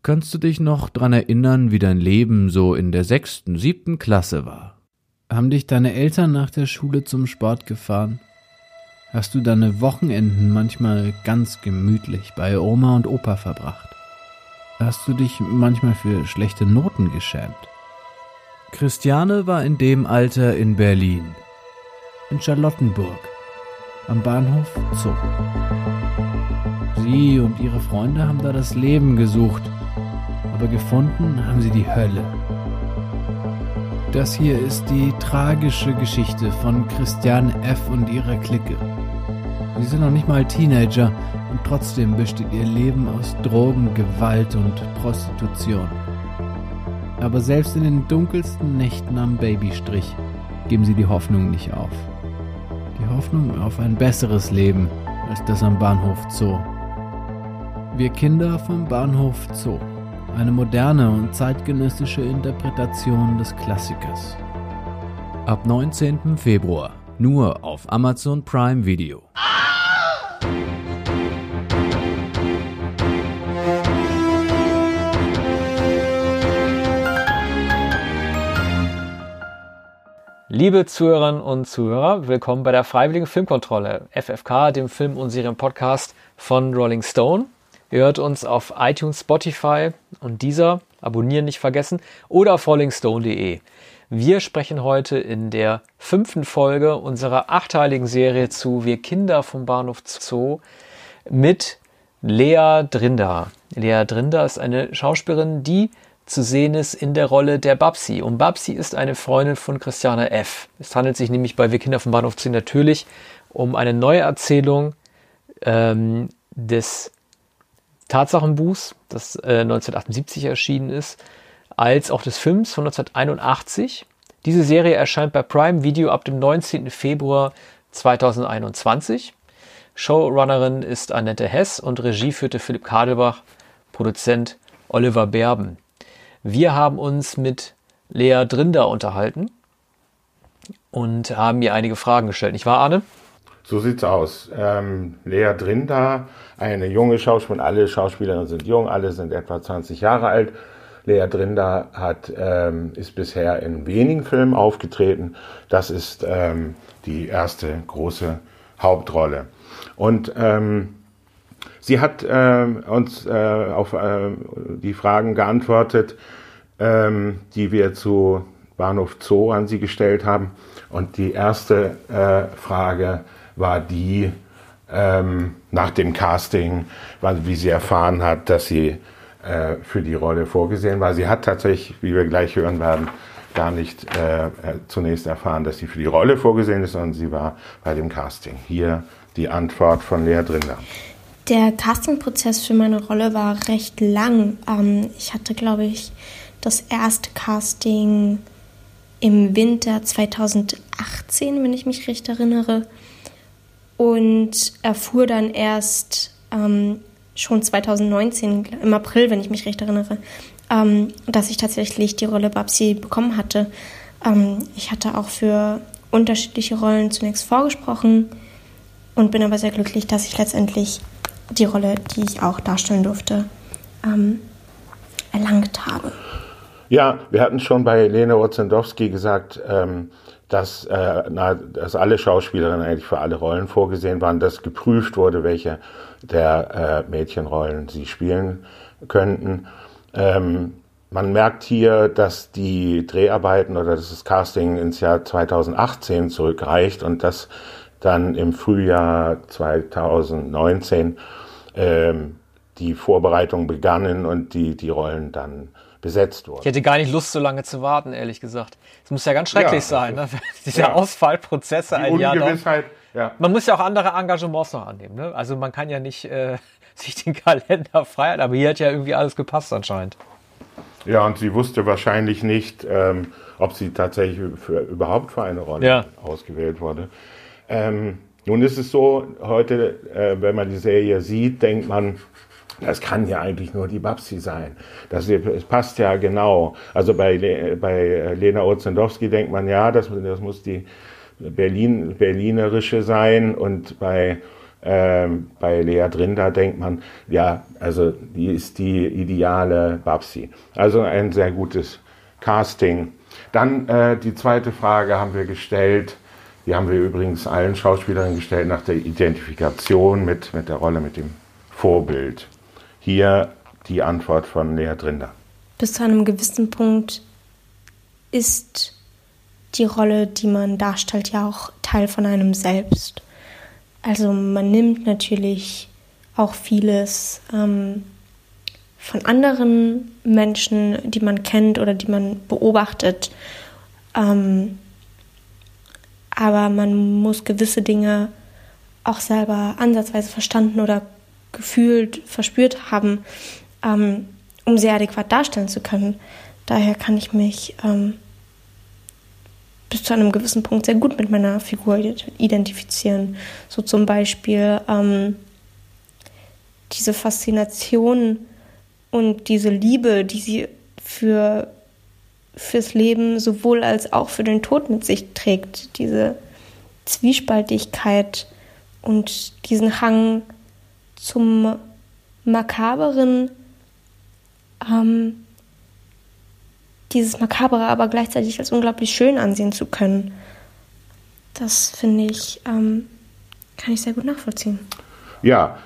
Kannst du dich noch dran erinnern, wie dein Leben so in der 6., 7. Klasse war? Haben dich deine Eltern nach der Schule zum Sport gefahren? Hast du deine Wochenenden manchmal ganz gemütlich bei Oma und Opa verbracht? Hast du dich manchmal für schlechte Noten geschämt? Christiane war in dem Alter in Berlin, in Charlottenburg, am Bahnhof Zoo. Sie und ihre Freunde haben da das Leben gesucht, aber gefunden haben sie die Hölle. Das hier ist die tragische Geschichte von Christiane F. und ihrer Clique. Sie sind noch nicht mal Teenager und trotzdem besteht ihr Leben aus Drogen, Gewalt und Prostitution. Aber selbst in den dunkelsten Nächten am Babystrich geben sie die Hoffnung nicht auf. Die Hoffnung auf ein besseres Leben als das am Bahnhof Zoo. Wir Kinder vom Bahnhof Zoo. Eine moderne und zeitgenössische Interpretation des Klassikers. Ab 19. Februar nur auf Amazon Prime Video. Liebe Zuhörerinnen und Zuhörer, willkommen bei der Freiwilligen Filmkontrolle, FFK, dem Film- und Serienpodcast von Rolling Stone. Ihr hört uns auf iTunes, Spotify und Deezer, abonnieren nicht vergessen, oder auf rollingstone.de. Wir sprechen heute in der 5. Folge unserer 8-teiligen Serie zu Wir Kinder vom Bahnhof Zoo mit Lea Drinda. Lea Drinda ist eine Schauspielerin, die zu sehen ist in der Rolle der Babsi. Und Babsi ist eine Freundin von Christiane F. Es handelt sich nämlich bei Wir Kinder vom Bahnhof Zoo natürlich um eine Neuerzählung des Tatsachenbuchs, das 1978 erschienen ist, als auch des Films von 1981. Diese Serie erscheint bei Prime Video ab dem 19. Februar 2021. Showrunnerin ist Annette Hess und Regie führte Philipp Kadelbach, Produzent Oliver Berben. Wir haben uns mit Lea Drinda unterhalten und haben ihr einige Fragen gestellt. Nicht wahr, Arne? So sieht's aus. Lea Drinda, eine junge Schauspielerin, alle Schauspielerinnen sind jung, alle sind etwa 20 Jahre alt. Lea Drinda ist bisher in wenigen Filmen aufgetreten. Das ist die erste große Hauptrolle. Und sie hat uns auf die Fragen geantwortet, die wir zu Bahnhof Zoo an sie gestellt haben. Und die erste Frage war die nach dem Casting, wie sie erfahren hat, dass sie für die Rolle vorgesehen war. Sie hat tatsächlich, wie wir gleich hören werden, gar nicht zunächst erfahren, dass sie für die Rolle vorgesehen ist, sondern sie war bei dem Casting. Hier die Antwort von Lea Drinda. Der Castingprozess für meine Rolle war recht lang. Ich hatte, glaube ich, das erste Casting im Winter 2018, wenn ich mich recht erinnere. Und erfuhr dann erst schon 2019, im April, wenn ich mich recht erinnere, dass ich tatsächlich die Rolle Babsi bekommen hatte. Ich hatte auch für unterschiedliche Rollen zunächst vorgesprochen und bin aber sehr glücklich, dass ich letztendlich die Rolle, die ich auch darstellen durfte, erlangt habe. Ja, wir hatten schon bei Lene Orzendowski gesagt, dass alle Schauspielerinnen eigentlich für alle Rollen vorgesehen waren, dass geprüft wurde, welche der Mädchenrollen sie spielen könnten. Man merkt hier, dass die Dreharbeiten oder dass das Casting ins Jahr 2018 zurückreicht und dass dann im Frühjahr 2019 die Vorbereitungen begannen und die Rollen dann besetzt wurden. Ich hätte gar nicht Lust, so lange zu warten, ehrlich gesagt. Es muss ja ganz schrecklich sein, ne? Diese Ausfallprozesse ein Jahr dauern. Ja. Man muss ja auch andere Engagements noch annehmen. Ne? Also man kann ja nicht sich den Kalender frei halten, aber hier hat ja irgendwie alles gepasst anscheinend. Ja, und sie wusste wahrscheinlich nicht, ob sie tatsächlich überhaupt für eine Rolle ausgewählt wurde. Nun ist es so, heute, wenn man die Serie sieht, denkt man, das kann ja eigentlich nur die Babsi sein. Es passt ja genau. Also bei Lena Orzendowski denkt man, ja, das muss die Berlinerische sein. Und bei Bei Lea Drinda denkt man, ja, also die ist die ideale Babsi. Also ein sehr gutes Casting. Dann die zweite Frage haben wir gestellt, die haben wir übrigens allen Schauspielerinnen gestellt, nach der Identifikation mit der Rolle, mit dem Vorbild. Hier die Antwort von Lea Drinda. Bis zu einem gewissen Punkt ist die Rolle, die man darstellt, ja auch Teil von einem selbst. Also man nimmt natürlich auch vieles von anderen Menschen, die man kennt oder die man beobachtet. Aber man muss gewisse Dinge auch selber ansatzweise verstanden oder gefühlt, verspürt haben, um sie adäquat darstellen zu können. Daher kann ich mich bis zu einem gewissen Punkt sehr gut mit meiner Figur identifizieren. So zum Beispiel diese Faszination und diese Liebe, die sie fürs Leben sowohl als auch für den Tod mit sich trägt. Diese Zwiespaltigkeit und diesen Hang zum Makaberen, dieses Makabere aber gleichzeitig als unglaublich schön ansehen zu können. Das finde ich, kann ich sehr gut nachvollziehen. Ja,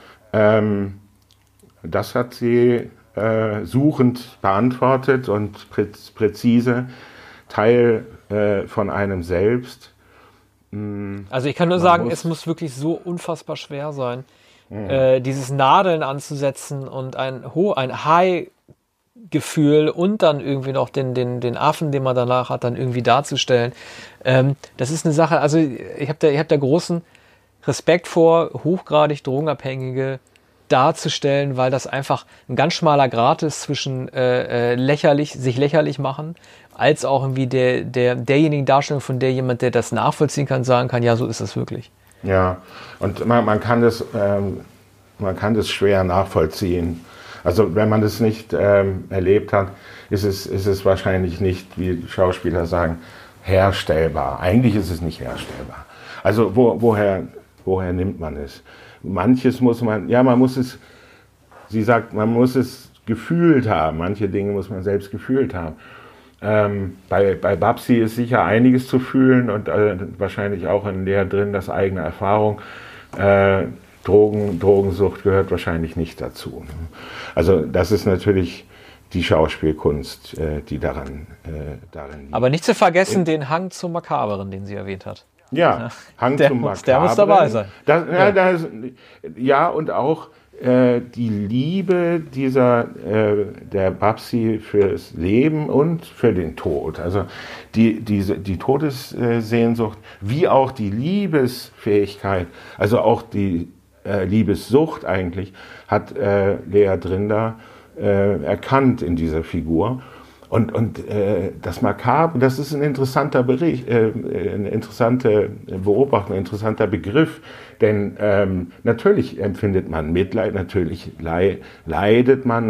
das hat sie suchend beantwortet und präzise, Teil von einem selbst. Also ich kann nur sagen, es muss wirklich so unfassbar schwer sein, dieses Nadeln anzusetzen und ein High-Gefühl und dann irgendwie noch den Affen, den man danach hat, dann irgendwie darzustellen. Das ist eine Sache, also ich hab da großen Respekt vor, hochgradig Drogenabhängige darzustellen, weil das einfach ein ganz schmaler Grat ist zwischen sich lächerlich machen, als auch irgendwie derjenigen Darstellung, von der jemand, der das nachvollziehen kann, sagen kann, ja, so ist das wirklich. Ja, und man kann das schwer nachvollziehen. Also wenn man das nicht erlebt hat, ist es wahrscheinlich nicht, wie die Schauspieler sagen, herstellbar. Eigentlich ist es nicht herstellbar. Also woher nimmt man es? Manches muss man es gefühlt haben. Manche Dinge muss man selbst gefühlt haben. Bei Babsi ist sicher einiges zu fühlen und wahrscheinlich auch in der drin das eigene Erfahrung. Drogensucht gehört wahrscheinlich nicht dazu. Also das ist natürlich die Schauspielkunst, die darin liegt. Aber nicht zu vergessen den Hang zum Makaberen, den sie erwähnt hat. Ja, Hang zum Makaberen. Der muss dabei sein. Und auch die Liebe der Babsi fürs Leben und für den Tod. Also die Todessehnsucht, wie auch die Liebesfähigkeit, also auch die Liebessucht eigentlich, hat Lea Drinda erkannt in dieser Figur. Und das Makabre, das ist ein interessanter Bericht, eine interessante Beobachtung, ein interessanter Begriff, denn natürlich empfindet man Mitleid, natürlich leidet man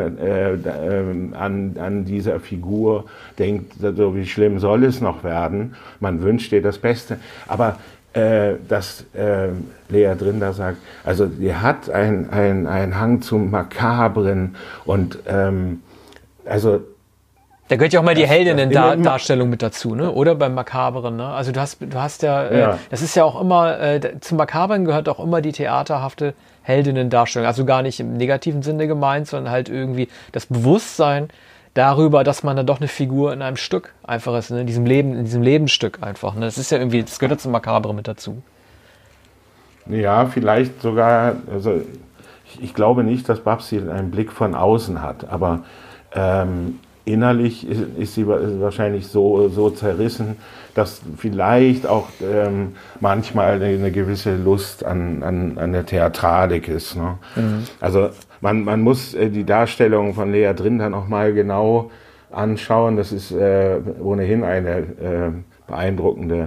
an dieser Figur, denkt, so wie schlimm soll es noch werden, man wünscht ihr das Beste, aber dass Lea Drinda sagt, also sie hat einen Hang zum Makabren und also da gehört ja auch mal die Heldinnen-Darstellung mit dazu, ne? Oder beim Makaberen, ne? Also du hast ja. Das ist ja auch immer, zum Makaberen gehört auch immer die theaterhafte Heldinnen-Darstellung. Also gar nicht im negativen Sinne gemeint, sondern halt irgendwie das Bewusstsein darüber, dass man dann doch eine Figur in einem Stück einfach ist, ne? in diesem Lebensstück einfach. Ne? Das ist ja irgendwie, das gehört ja zum Makaberen mit dazu. Ja, vielleicht sogar, also ich glaube nicht, dass Babsi einen Blick von außen hat, aber innerlich ist sie wahrscheinlich so zerrissen, dass vielleicht auch manchmal eine gewisse Lust an der Theatralik ist. Ne? Mhm. Also man muss die Darstellung von Lea Drinda noch mal genau anschauen. Das ist ohnehin eine beeindruckende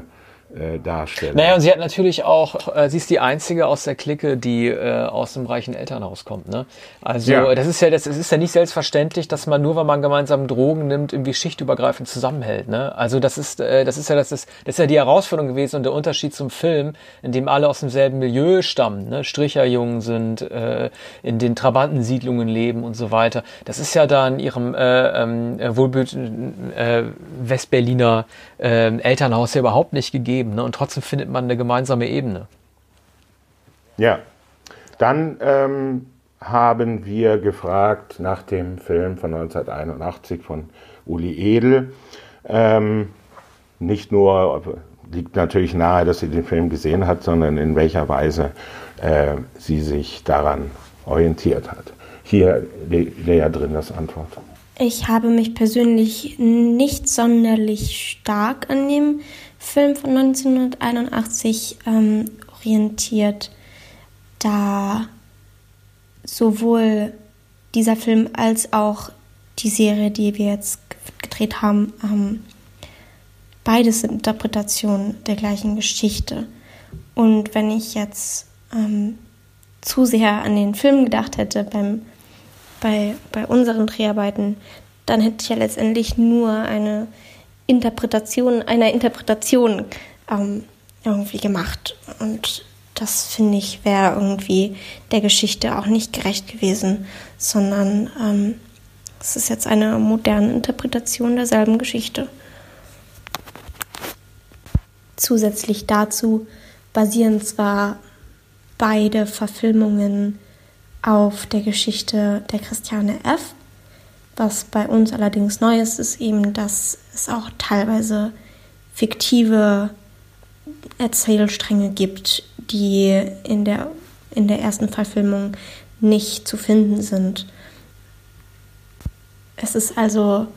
darstelle. Naja, und sie hat natürlich auch, sie ist die Einzige aus der Clique, die aus einem reichen Elternhaus kommt. Ne? Also das ist ja nicht selbstverständlich, dass man nur, weil man gemeinsam Drogen nimmt, irgendwie schichtübergreifend zusammenhält. Ne? Also das ist ja die Herausforderung gewesen und der Unterschied zum Film, in dem alle aus demselben Milieu stammen, ne? Stricherjungen sind, in den Trabantensiedlungen leben und so weiter. Das ist ja da in ihrem wohlbehüteten Westberliner Elternhaus ja überhaupt nicht gegeben. Ne? Und trotzdem findet man eine gemeinsame Ebene. Ja, dann haben wir gefragt nach dem Film von 1981 von Uli Edel. Nicht nur, liegt natürlich nahe, dass sie den Film gesehen hat, sondern in welcher Weise sie sich daran orientiert hat. Hier, Lea Drinders Antwort. Ich habe mich persönlich nicht sonderlich stark an dem Film von 1981 orientiert, da sowohl dieser Film als auch die Serie, die wir jetzt gedreht haben, beides sind Interpretationen der gleichen Geschichte. Und wenn ich jetzt zu sehr an den Film gedacht hätte bei unseren Dreharbeiten, dann hätte ich ja letztendlich nur eine Interpretation einer Interpretation irgendwie gemacht. Und das, finde ich, wäre irgendwie der Geschichte auch nicht gerecht gewesen, sondern es ist jetzt eine moderne Interpretation derselben Geschichte. Zusätzlich dazu basieren zwar beide Verfilmungen auf der Geschichte der Christiane F. Was bei uns allerdings neu ist, ist eben, dass es auch teilweise fiktive Erzählstränge gibt, die in der ersten Verfilmung nicht zu finden sind. Es ist also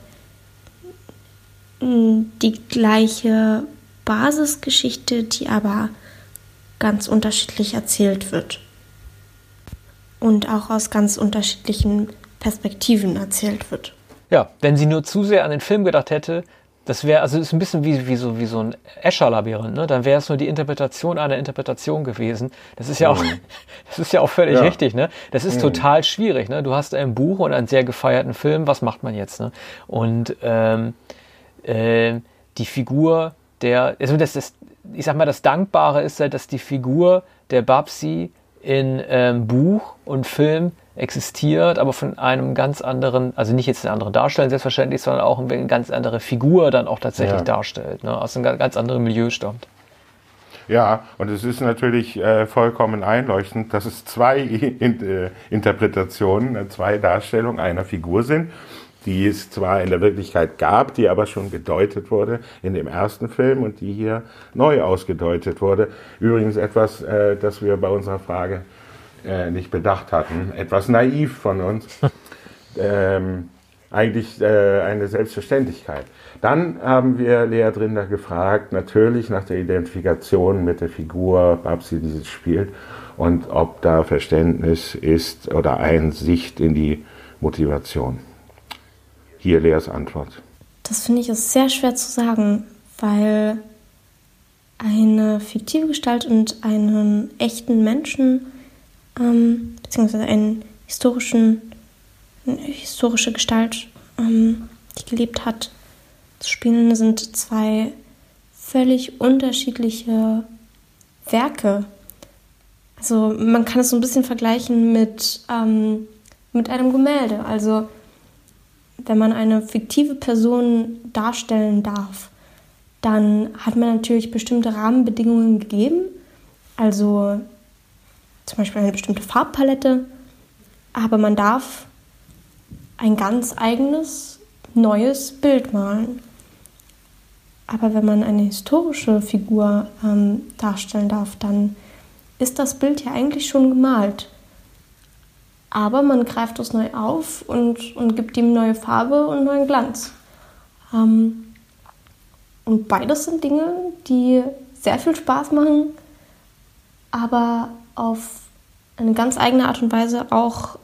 die gleiche Basisgeschichte, die aber ganz unterschiedlich erzählt wird und auch aus ganz unterschiedlichen Perspektiven erzählt wird. Ja, wenn sie nur zu sehr an den Film gedacht hätte, das wäre, also ist ein bisschen wie so ein Escher-Labyrinth, ne? Dann wäre es nur die Interpretation einer Interpretation gewesen. Das ist ja auch völlig richtig, ne? Das ist total schwierig, ne? Du hast ein Buch und einen sehr gefeierten Film, was macht man jetzt, ne? Und die Figur ich sag mal, das Dankbare ist halt, dass die Figur der Babsi in Buch und Film existiert, aber von einem ganz anderen, also nicht jetzt eine andere Darstellung selbstverständlich, sondern auch eine ganz andere Figur dann auch tatsächlich darstellt, ne? Aus einem ganz anderen Milieu stammt. Ja, und es ist natürlich vollkommen einleuchtend, dass es zwei Interpretationen, zwei Darstellungen einer Figur sind, die es zwar in der Wirklichkeit gab, die aber schon gedeutet wurde in dem ersten Film und die hier neu ausgedeutet wurde. Übrigens etwas, das wir bei unserer Frage nicht bedacht hatten, etwas naiv von uns, eigentlich eine Selbstverständlichkeit. Dann haben wir Lea Drinder gefragt, natürlich nach der Identifikation mit der Figur Babsi, die sie spielt, und ob da Verständnis ist oder Einsicht in die Motivation. Hier Leas Antwort. Das finde ich ist sehr schwer zu sagen, weil eine fiktive Gestalt und einen echten Menschen beziehungsweise eine historische Gestalt, die gelebt hat, zu spielen, sind zwei völlig unterschiedliche Werke. Also man kann es so ein bisschen vergleichen mit einem Gemälde. Also wenn man eine fiktive Person darstellen darf, dann hat man natürlich bestimmte Rahmenbedingungen gegeben, also zum Beispiel eine bestimmte Farbpalette, aber man darf ein ganz eigenes, neues Bild malen. Aber wenn man eine historische Figur darstellen darf, dann ist das Bild ja eigentlich schon gemalt. Aber man greift es neu auf und gibt ihm neue Farbe und neuen Glanz. Und beides sind Dinge, die sehr viel Spaß machen, aber auf eine ganz eigene Art und Weise auch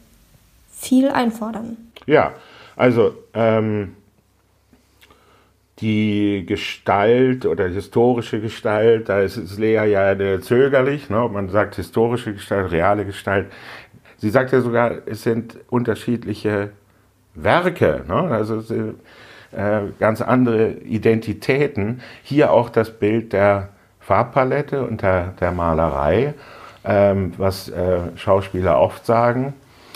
viel einfordern. Ja, also die Gestalt oder historische Gestalt, da ist Lea ja zögerlich, ne? Man sagt historische Gestalt, reale Gestalt. Sie sagt ja sogar, es sind unterschiedliche Werke, ne? Also ganz andere Identitäten. Hier auch das Bild der Farbpalette und der Malerei, was Schauspieler oft sagen,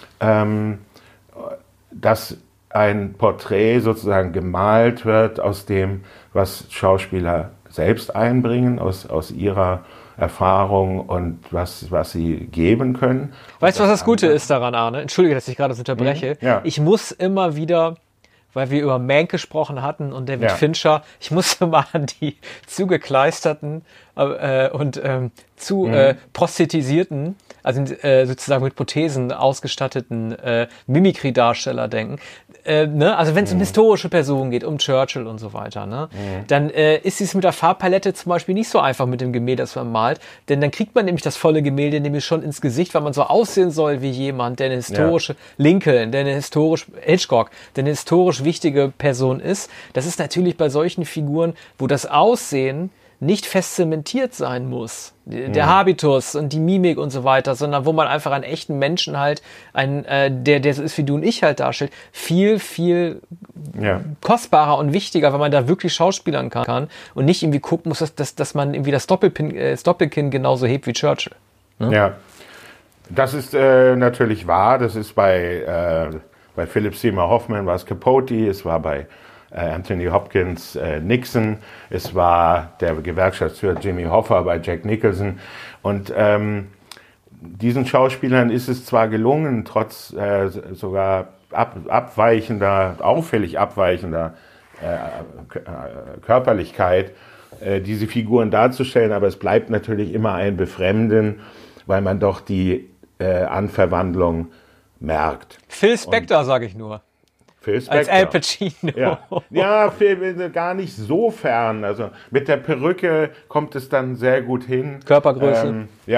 dass ein Porträt sozusagen gemalt wird aus dem, was Schauspieler selbst einbringen, aus ihrer Erfahrung und was sie geben können. Weißt du, was das Gute ist daran, Arne? Entschuldige, dass ich gerade das unterbreche. Ja. Ich muss immer wieder, weil wir über Mank gesprochen hatten und David Fincher, ich muss immer an die zugekleisterten und prostetisierten, also sozusagen mit Prothesen ausgestatteten Mimikry-Darsteller denken. Also wenn es um historische Personen geht, um Churchill und so weiter, ne? Dann ist es mit der Farbpalette zum Beispiel nicht so einfach mit dem Gemälde, das man malt, denn dann kriegt man nämlich das volle Gemälde nämlich schon ins Gesicht, weil man so aussehen soll wie jemand, der eine historische Lincoln, der eine historisch Hitchcock, der eine historisch wichtige Person ist. Das ist natürlich bei solchen Figuren, wo das Aussehen nicht fest zementiert sein muss, der Habitus und die Mimik und so weiter, sondern wo man einfach einen echten Menschen halt, der so ist wie du und ich halt darstellt, viel kostbarer und wichtiger, weil man da wirklich schauspielern kann und nicht irgendwie gucken muss, dass man irgendwie das Doppelkinn genauso hebt wie Churchill. Ne? Ja, das ist natürlich wahr, das ist bei Philip Seymour Hoffman war es Capote, es war bei Anthony Hopkins, Nixon, es war der Gewerkschaftsführer Jimmy Hoffa bei Jack Nicholson und diesen Schauspielern ist es zwar gelungen, trotz sogar auffällig abweichender Körperlichkeit diese Figuren darzustellen, aber es bleibt natürlich immer ein Befremden, weil man doch die Anverwandlung merkt. Phil Spector, sage ich nur. Phil Spector. Als Al Pacino. Ja, gar nicht so fern. Also mit der Perücke kommt es dann sehr gut hin. Körpergröße.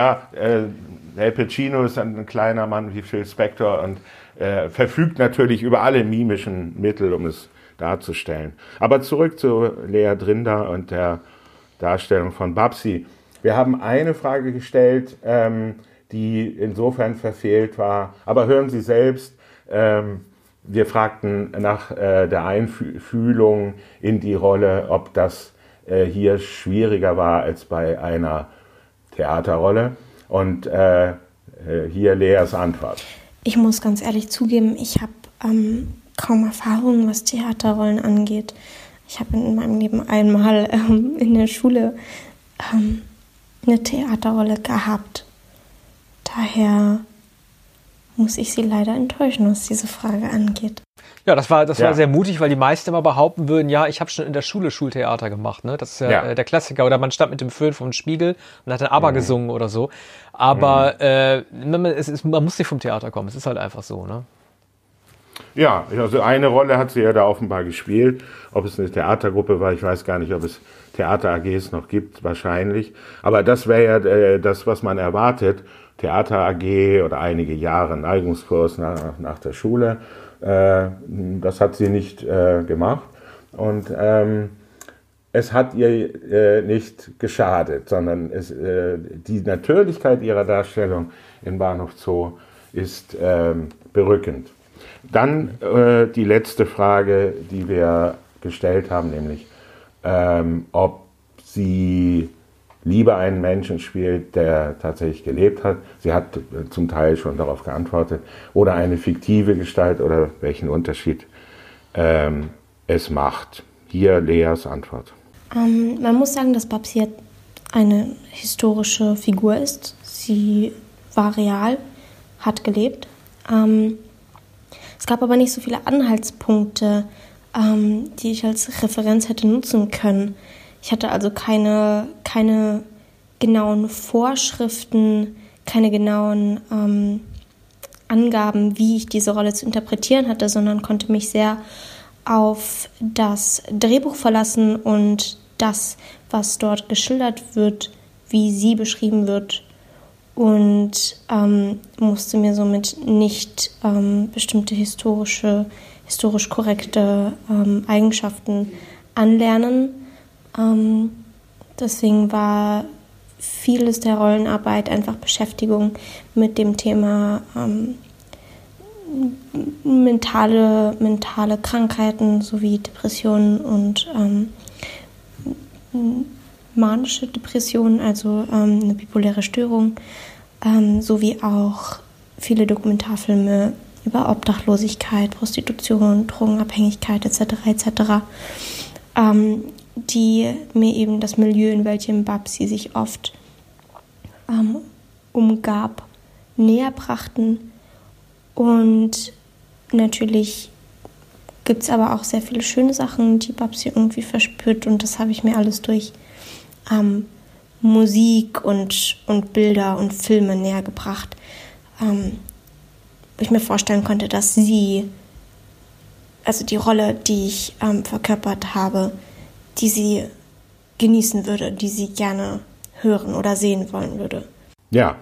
Al Pacino ist ein kleiner Mann wie Phil Spector und verfügt natürlich über alle mimischen Mittel, um es darzustellen. Aber zurück zu Lea Drinda und der Darstellung von Babsi. Wir haben eine Frage gestellt, die insofern verfehlt war. Aber hören Sie selbst, wir fragten nach der Einfühlung in die Rolle, ob das hier schwieriger war als bei einer Theaterrolle. Und hier Leas Antwort. Ich muss ganz ehrlich zugeben, ich habe kaum Erfahrung, was Theaterrollen angeht. Ich habe in meinem Leben einmal in der Schule eine Theaterrolle gehabt. Daher muss ich Sie leider enttäuschen, was diese Frage angeht. Ja, das war sehr mutig, weil die meisten immer behaupten würden, ja, ich habe schon in der Schule Schultheater gemacht, ne? Das ist ja der Klassiker. Oder man stand mit dem Föhn vom Spiegel und hat dann ABBA gesungen oder so. Aber man muss nicht vom Theater kommen, es ist halt einfach so, ne? Ja, also eine Rolle hat sie ja da offenbar gespielt. Ob es eine Theatergruppe war, ich weiß gar nicht, ob es Theater-AGs noch gibt, wahrscheinlich. Aber das wäre ja das, was man erwartet. Theater-AG oder einige Jahre Neigungskurs nach der Schule. Das hat sie nicht gemacht. Und es hat ihr nicht geschadet, sondern die Natürlichkeit ihrer Darstellung in Bahnhof Zoo ist berückend. Dann die letzte Frage, die wir gestellt haben, nämlich ob sie lieber einen Menschen spielt, der tatsächlich gelebt hat. Sie hat zum Teil schon darauf geantwortet. Oder eine fiktive Gestalt oder welchen Unterschied es macht. Hier Leas Antwort. Man muss sagen, dass Babsi eine historische Figur ist. Sie war real, hat gelebt. Es gab aber nicht so viele Anhaltspunkte, die ich als Referenz hätte nutzen können. Ich hatte also keine genauen Vorschriften, keine genauen Angaben, wie ich diese Rolle zu interpretieren hatte, sondern konnte mich sehr auf das Drehbuch verlassen und das, was dort geschildert wird, wie sie beschrieben wird, und musste mir somit nicht bestimmte historisch korrekte Eigenschaften anlernen. Deswegen war vieles der Rollenarbeit einfach Beschäftigung mit dem Thema mentale Krankheiten sowie Depressionen und manische Depressionen, also eine bipoläre Störung, sowie auch viele Dokumentarfilme über Obdachlosigkeit, Prostitution, Drogenabhängigkeit etc. Die mir eben das Milieu, in welchem Babsi sich oft umgab, näher brachten. Und natürlich gibt es aber auch sehr viele schöne Sachen, die Babsi irgendwie verspürt. Und das habe ich mir alles durch Musik und Bilder und Filme näher gebracht. Wo ich mir vorstellen konnte, dass sie, also die Rolle, die ich verkörpert habe, die sie genießen würde, die sie gerne hören oder sehen wollen würde. Ja,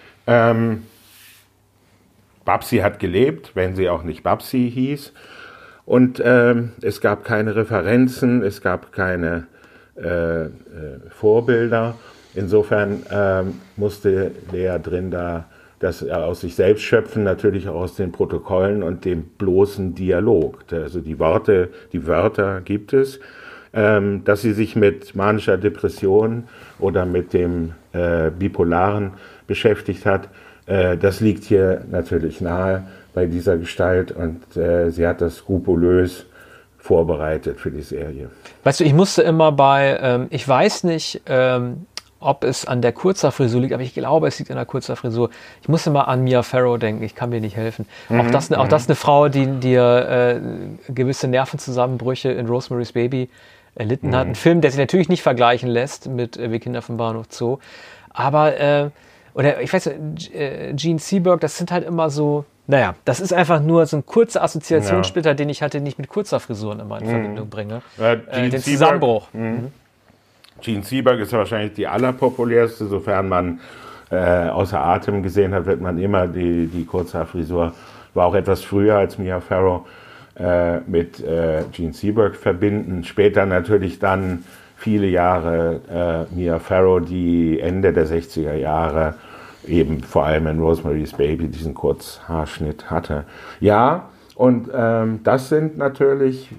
Babsi hat gelebt, wenn sie auch nicht Babsi hieß. Und es gab keine Referenzen, es gab keine Vorbilder. Insofern musste Lea Drinda das aus sich selbst schöpfen, natürlich auch aus den Protokollen und dem bloßen Dialog. Also die Wörter gibt es. Dass sie sich mit manischer Depression oder mit dem Bipolaren beschäftigt hat, das liegt hier natürlich nahe bei dieser Gestalt und sie hat das skrupulös vorbereitet für die Serie. Weißt du, ich musste immer ich weiß nicht, ob es an der Kurzhaarfrisur liegt, aber ich glaube, es liegt an der Kurzhaarfrisur. Ich musste mal an Mia Farrow denken, ich kann mir nicht helfen. Auch das eine Frau, die gewisse Nervenzusammenbrüche in Rosemary's Baby erlitten hat. Ein Film, der sich natürlich nicht vergleichen lässt mit Wir Kinder vom Bahnhof Zoo. Aber, oder ich weiß nicht, Gene Seberg, das sind halt immer so, naja, das ist einfach nur so ein kurzer Assoziationssplitter, den ich hatte, nicht mit kurzer Frisuren immer in Verbindung bringe. Den Zusammenbruch. Gene Seberg ist wahrscheinlich die allerpopulärste, sofern man außer Atem gesehen hat, wird man immer die Kurzhaarfrisur, war auch etwas früher als Mia Farrow, mit Gene Seberg verbinden. Später natürlich dann viele Jahre Mia Farrow, die Ende der 60er Jahre eben vor allem in Rosemary's Baby diesen Kurzhaarschnitt hatte. Ja, und das sind natürlich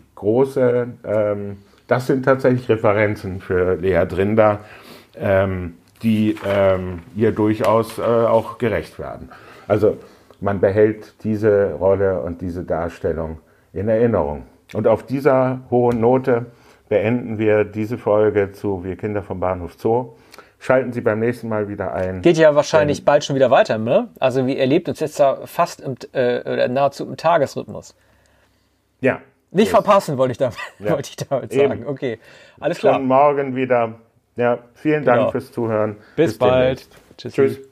das sind tatsächlich Referenzen für Lea Drinda, die ihr durchaus auch gerecht werden. Also man behält diese Rolle und diese Darstellung in Erinnerung. Und auf dieser hohen Note beenden wir diese Folge zu Wir Kinder vom Bahnhof Zoo. Schalten Sie beim nächsten Mal wieder ein. Geht ja wahrscheinlich bald schon wieder weiter, ne? Also wir erlebt uns jetzt da fast oder nahezu im Tagesrhythmus. Ja. Nicht verpassen, wollte ich damit sagen. Eben. Okay, alles klar. Schon morgen wieder. Ja, vielen Dank fürs Zuhören. Bis bald. Tschüss.